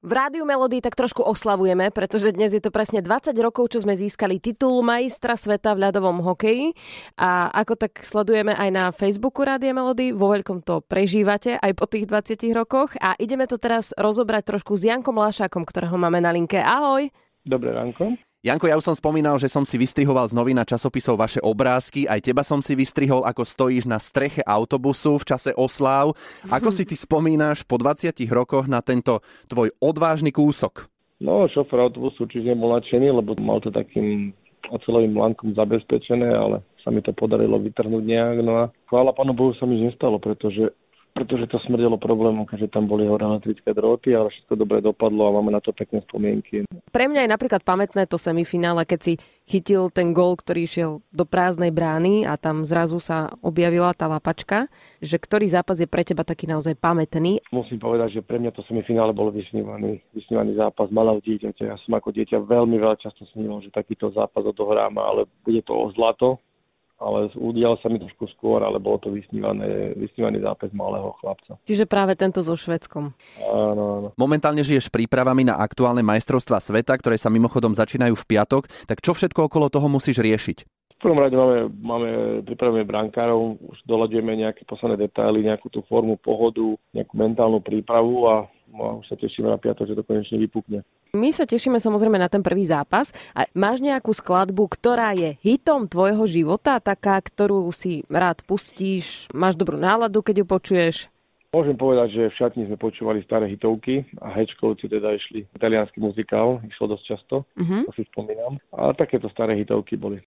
V Rádiu Melody tak trošku oslavujeme, pretože dnes je to presne 20 rokov, čo sme získali titul majstra sveta v ľadovom hokeji. A ako tak sledujeme aj na Facebooku Rádia Melody, vo veľkom to prežívate aj po tých 20 rokoch. A ideme to teraz rozobrať trošku s Jankom Lášákom, ktorého máme na linke. Ahoj! Dobré ránko. Janko, ja už som spomínal, že som si vystrihoval z novín a časopisov vaše obrázky. Aj teba som si vystrihol, ako stojíš na streche autobusu v čase osláv. Ako si ty spomínaš po 20 rokoch na tento tvoj odvážny kúsok? No, šofér autobusu určite nebol nadšený, lebo mal to takým oceľovým lánkom zabezpečené, ale sa mi to podarilo vytrhnúť nejak. No a chvála Pánu Bohu sa mi nestalo, pretože to smrdelo problémom, keďže tam boli hore elektrické drôty, ale všetko dobre dopadlo a máme na to pekné spomienky. Pre mňa je napríklad pamätné to semifinále, keď si chytil ten gól, ktorý šiel do prázdnej brány a tam zrazu sa objavila tá lapačka, že ktorý zápas je pre teba taký naozaj pamätný? Musím povedať, že pre mňa to semifinále bol vysnívaný zápas malého dieťaťa. Ja som ako dieťa veľmi veľa často sníval, že takýto zápas odohrám, ale bude to o zlato. Ale udial sa mi trošku skôr, ale bolo to vysnívaný zápas malého chlapca. Čiže práve tento so Švédskom. Áno. Momentálne žiješ prípravami na aktuálne majstrovstvá sveta, ktoré sa mimochodom začínajú v piatok. Tak čo všetko okolo toho musíš riešiť? V prvom rade máme pripravené brankárov, už doľadujeme nejaké posledné detaily, nejakú tú formu, pohodu, nejakú mentálnu prípravu a už sa tešíme na piatok, že to konečne vypukne. My sa tešíme samozrejme na ten prvý zápas. A máš nejakú skladbu, ktorá je hitom tvojho života, taká, ktorú si rád pustíš, máš dobrú náladu, keď ju počuješ? Môžem povedať, že v šatni sme počúvali staré hitovky a Hečkovci teda išli italiánsky muzikál, išlo dosť často, to si spomínam. A takéto staré hitovky boli.